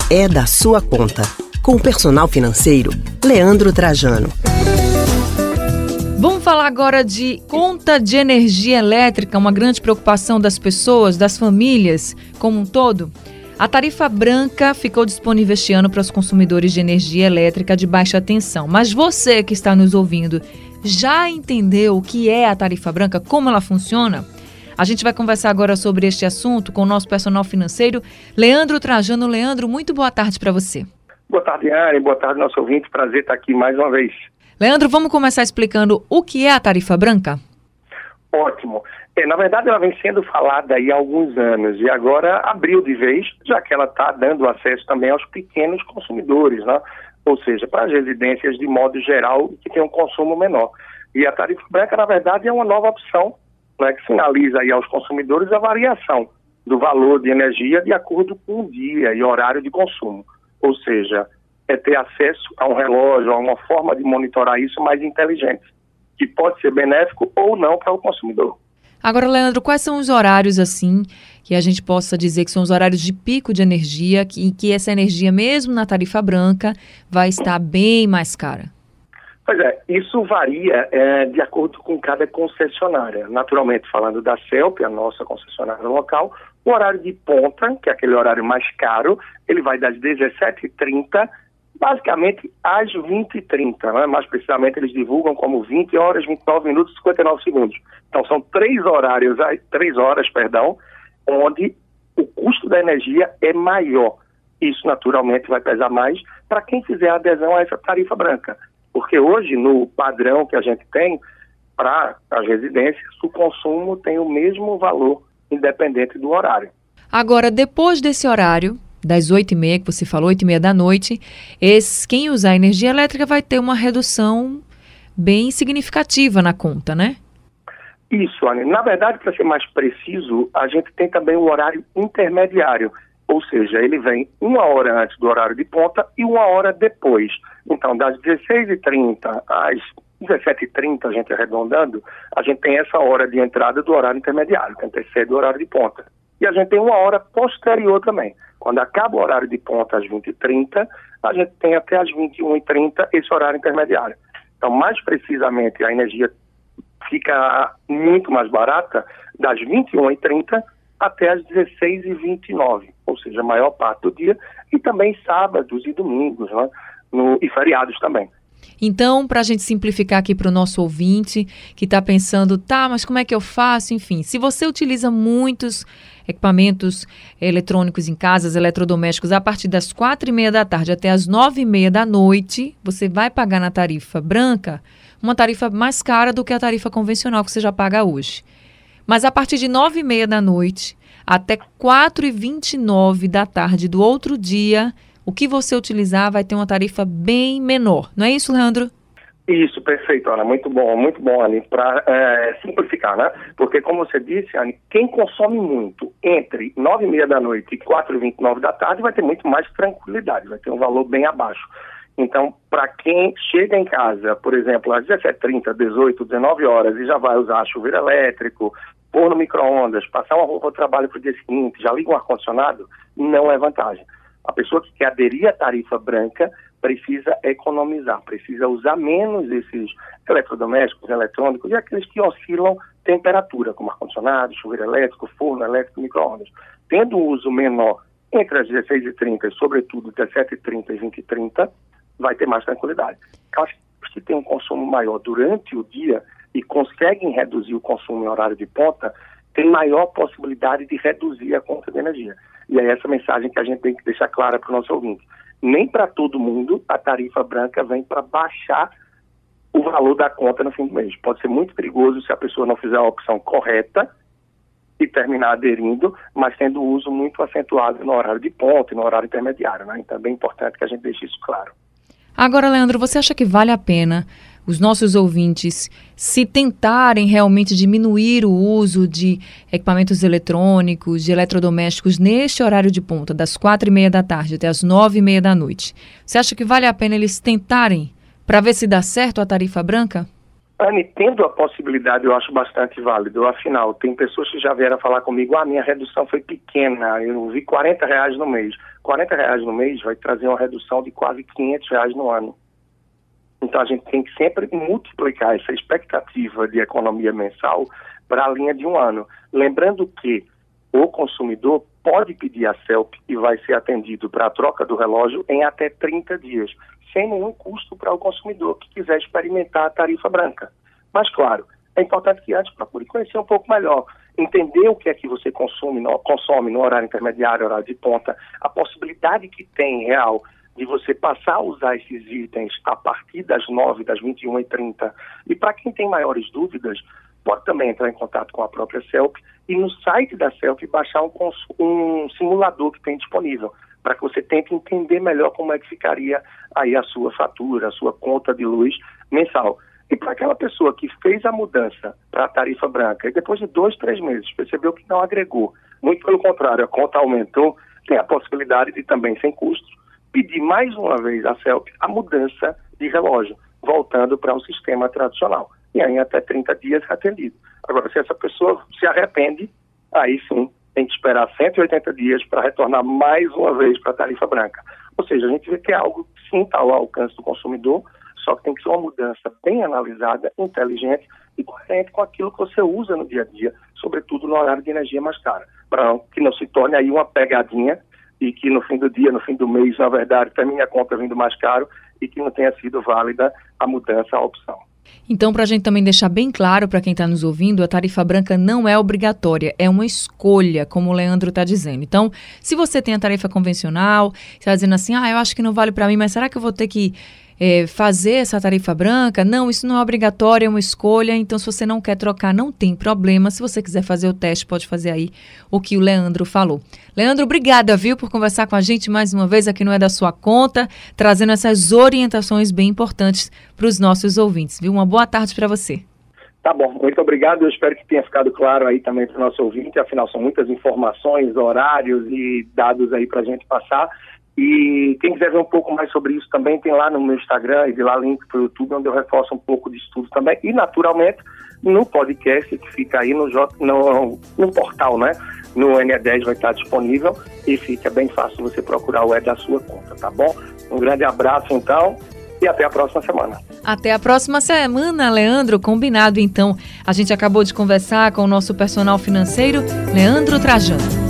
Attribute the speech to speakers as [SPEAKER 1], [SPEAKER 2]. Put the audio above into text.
[SPEAKER 1] é da sua conta. Com o personal financeiro, Leandro Trajano.
[SPEAKER 2] Vamos falar agora de conta de energia elétrica, uma grande preocupação das pessoas, das famílias como um todo. A tarifa branca ficou disponível este ano para os consumidores de energia elétrica de baixa tensão. Mas você que está nos ouvindo, já entendeu o que é a tarifa branca, como ela funciona? A gente vai conversar agora sobre este assunto com o nosso personal financeiro, Leandro Trajano. Leandro, muito boa tarde para você.
[SPEAKER 3] Boa tarde, Anne. Boa tarde, nosso ouvinte. Prazer estar aqui mais uma vez.
[SPEAKER 2] Leandro, vamos começar explicando o que é a tarifa branca?
[SPEAKER 3] Ótimo. Na verdade, ela vem sendo falada aí há alguns anos e agora abriu de vez, já que ela está dando acesso também aos pequenos consumidores, né? Ou seja, para as residências de modo geral que tem um consumo menor. E a tarifa branca, na verdade, é uma nova opção, né, que sinaliza aí aos consumidores a variação do valor de energia de acordo com o dia e horário de consumo. Ou seja, é ter acesso a um relógio, a uma forma de monitorar isso mais inteligente, que pode ser benéfico ou não para o consumidor.
[SPEAKER 2] Agora, Leandro, quais são os horários, assim, que a gente possa dizer que são os horários de pico de energia e que essa energia, mesmo na tarifa branca, vai estar bem mais cara?
[SPEAKER 3] Pois é, isso varia de acordo com cada concessionária. Naturalmente, falando da CELP, a nossa concessionária local, o horário de ponta, que é aquele horário mais caro, ele vai das 17h30 basicamente às 20h30, né? Mais precisamente eles divulgam como 20 horas, 29 minutos e 59 segundos. Então são 3 horas, onde o custo da energia é maior. Isso naturalmente vai pesar mais para quem fizer adesão a essa tarifa branca. Porque hoje, no padrão que a gente tem para as residências, o consumo tem o mesmo valor, independente do horário.
[SPEAKER 2] Agora, depois desse horário, das 8h30, que você falou, 8h30 da noite, quem usar energia elétrica vai ter uma redução bem significativa na conta, né?
[SPEAKER 3] Isso, Anny. Na verdade, para ser mais preciso, a gente tem também o horário intermediário, ou seja, ele vem 1 hora antes do horário de ponta e 1 hora depois. Então, das 16h30 às 17h30, a gente arredondando, a gente tem essa hora de entrada do horário intermediário, que antecede o horário de ponta. E a gente tem 1 hora posterior também. Quando acaba o horário de ponta às 20h30, a gente tem até às 21h30 esse horário intermediário. Então, mais precisamente, a energia fica muito mais barata das 21h30 até às 16h29, ou seja, a maior parte do dia, e também sábados e domingos, né? E feriados também.
[SPEAKER 2] Então, para a gente simplificar aqui para o nosso ouvinte que está pensando, mas como é que eu faço? Enfim, se você utiliza muitos equipamentos eletrônicos em casas, eletrodomésticos, a partir das 4h30 da tarde até as 9h30 da noite, você vai pagar na tarifa branca uma tarifa mais cara do que a tarifa convencional que você já paga hoje. Mas a partir de 9h30 da noite até 4h29 da tarde do outro dia, o que você utilizar vai ter uma tarifa bem menor. Não é isso, Leandro?
[SPEAKER 3] Isso, perfeito, Ana. Muito bom, Anny, para simplificar, né? Porque, como você disse, Anny, quem consome muito entre 9h30 da noite e 4h29 da tarde vai ter muito mais tranquilidade, vai ter um valor bem abaixo. Então, para quem chega em casa, por exemplo, às 17h30, 18, 19 horas e já vai usar chuveiro elétrico, pôr no micro-ondas, passar uma roupa de trabalho para o dia seguinte, já liga um ar-condicionado, não é vantagem. A pessoa que quer aderir à tarifa branca precisa economizar, precisa usar menos esses eletrodomésticos, eletrônicos e aqueles que oscilam temperatura, como ar-condicionado, chuveiro elétrico, forno elétrico, micro-ondas. Tendo um uso menor entre as 16h30 e, sobretudo, 17h30 e 20h30, vai ter mais tranquilidade. Aquelas que têm um consumo maior durante o dia e conseguem reduzir o consumo em horário de ponta, tem maior possibilidade de reduzir a conta de energia. E é essa mensagem que a gente tem que deixar clara para o nosso ouvinte. Nem para todo mundo a tarifa branca vem para baixar o valor da conta no fim do mês. Pode ser muito perigoso se a pessoa não fizer a opção correta e terminar aderindo, mas tendo uso muito acentuado no horário de ponta e no horário intermediário, né? Então é bem importante que a gente deixe isso claro.
[SPEAKER 2] Agora, Leandro, você acha que vale a pena os nossos ouvintes se tentarem realmente diminuir o uso de equipamentos eletrônicos, de eletrodomésticos neste horário de ponta, das 4h30 da tarde até as 9h30 da noite? Você acha que vale a pena eles tentarem para ver se dá certo a tarifa branca?
[SPEAKER 3] Anne, tendo a possibilidade, eu acho bastante válido. Afinal, tem pessoas que já vieram falar comigo, minha redução foi pequena, eu vi R$40 no mês. R$40 no mês vai trazer uma redução de quase R$500 no ano. Então, a gente tem que sempre multiplicar essa expectativa de economia mensal para a linha de um ano. Lembrando que o consumidor pode pedir a CELP e vai ser atendido para a troca do relógio em até 30 dias, sem nenhum custo para o consumidor que quiser experimentar a tarifa branca. Mas, claro, é importante que antes procure conhecer um pouco melhor, entender o que é que você consome no horário intermediário, horário de ponta, a possibilidade que tem real de você passar a usar esses itens a partir das 9, das 21h30. E para quem tem maiores dúvidas, pode também entrar em contato com a própria CELP e no site da CELP baixar um simulador que tem disponível, para que você tente entender melhor como é que ficaria aí a sua fatura, a sua conta de luz mensal. E para aquela pessoa que fez a mudança para a tarifa branca e depois de 2, 3 meses percebeu que não agregou, muito pelo contrário, a conta aumentou, tem a possibilidade de também, sem custo, pedir mais uma vez à CELP a mudança de relógio, voltando para o sistema tradicional. E aí até 30 dias atendido. Agora, se essa pessoa se arrepende, aí sim tem que esperar 180 dias para retornar mais uma vez para a tarifa branca. Ou seja, a gente vê que é algo que sim está ao alcance do consumidor, só que tem que ser uma mudança bem analisada, inteligente e coerente com aquilo que você usa no dia a dia, sobretudo no horário de energia mais cara, para que não se torne aí uma pegadinha e que no fim do dia, no fim do mês, na verdade, termine a conta vindo mais caro e que não tenha sido válida a mudança, a opção.
[SPEAKER 2] Então, para a gente também deixar bem claro para quem está nos ouvindo, a tarifa branca não é obrigatória, é uma escolha, como o Leandro está dizendo. Então, se você tem a tarifa convencional, você está dizendo assim, eu acho que não vale para mim, mas será que eu vou ter que fazer essa tarifa branca? Não, isso não é obrigatório, é uma escolha. Então, se você não quer trocar, não tem problema. Se você quiser fazer o teste, pode fazer aí o que o Leandro falou. Leandro, obrigada, viu, por conversar com a gente mais uma vez, aqui não é da sua conta, trazendo essas orientações bem importantes para os nossos ouvintes, viu? Uma boa tarde para você.
[SPEAKER 3] Tá bom, muito obrigado. Eu espero que tenha ficado claro aí também para o nosso ouvinte. Afinal, são muitas informações, horários e dados aí para a gente passar. E quem quiser ver um pouco mais sobre isso também, tem lá no meu Instagram e de lá link para o YouTube, onde eu reforço um pouco de estudo também. E, naturalmente, no podcast que fica aí no portal, né? No NE10 vai estar disponível e fica bem fácil você procurar o da sua conta, tá bom? Um grande abraço, então, e até a próxima semana.
[SPEAKER 2] Até a próxima semana, Leandro. Combinado, então. A gente acabou de conversar com o nosso personal financeiro, Leandro Trajano.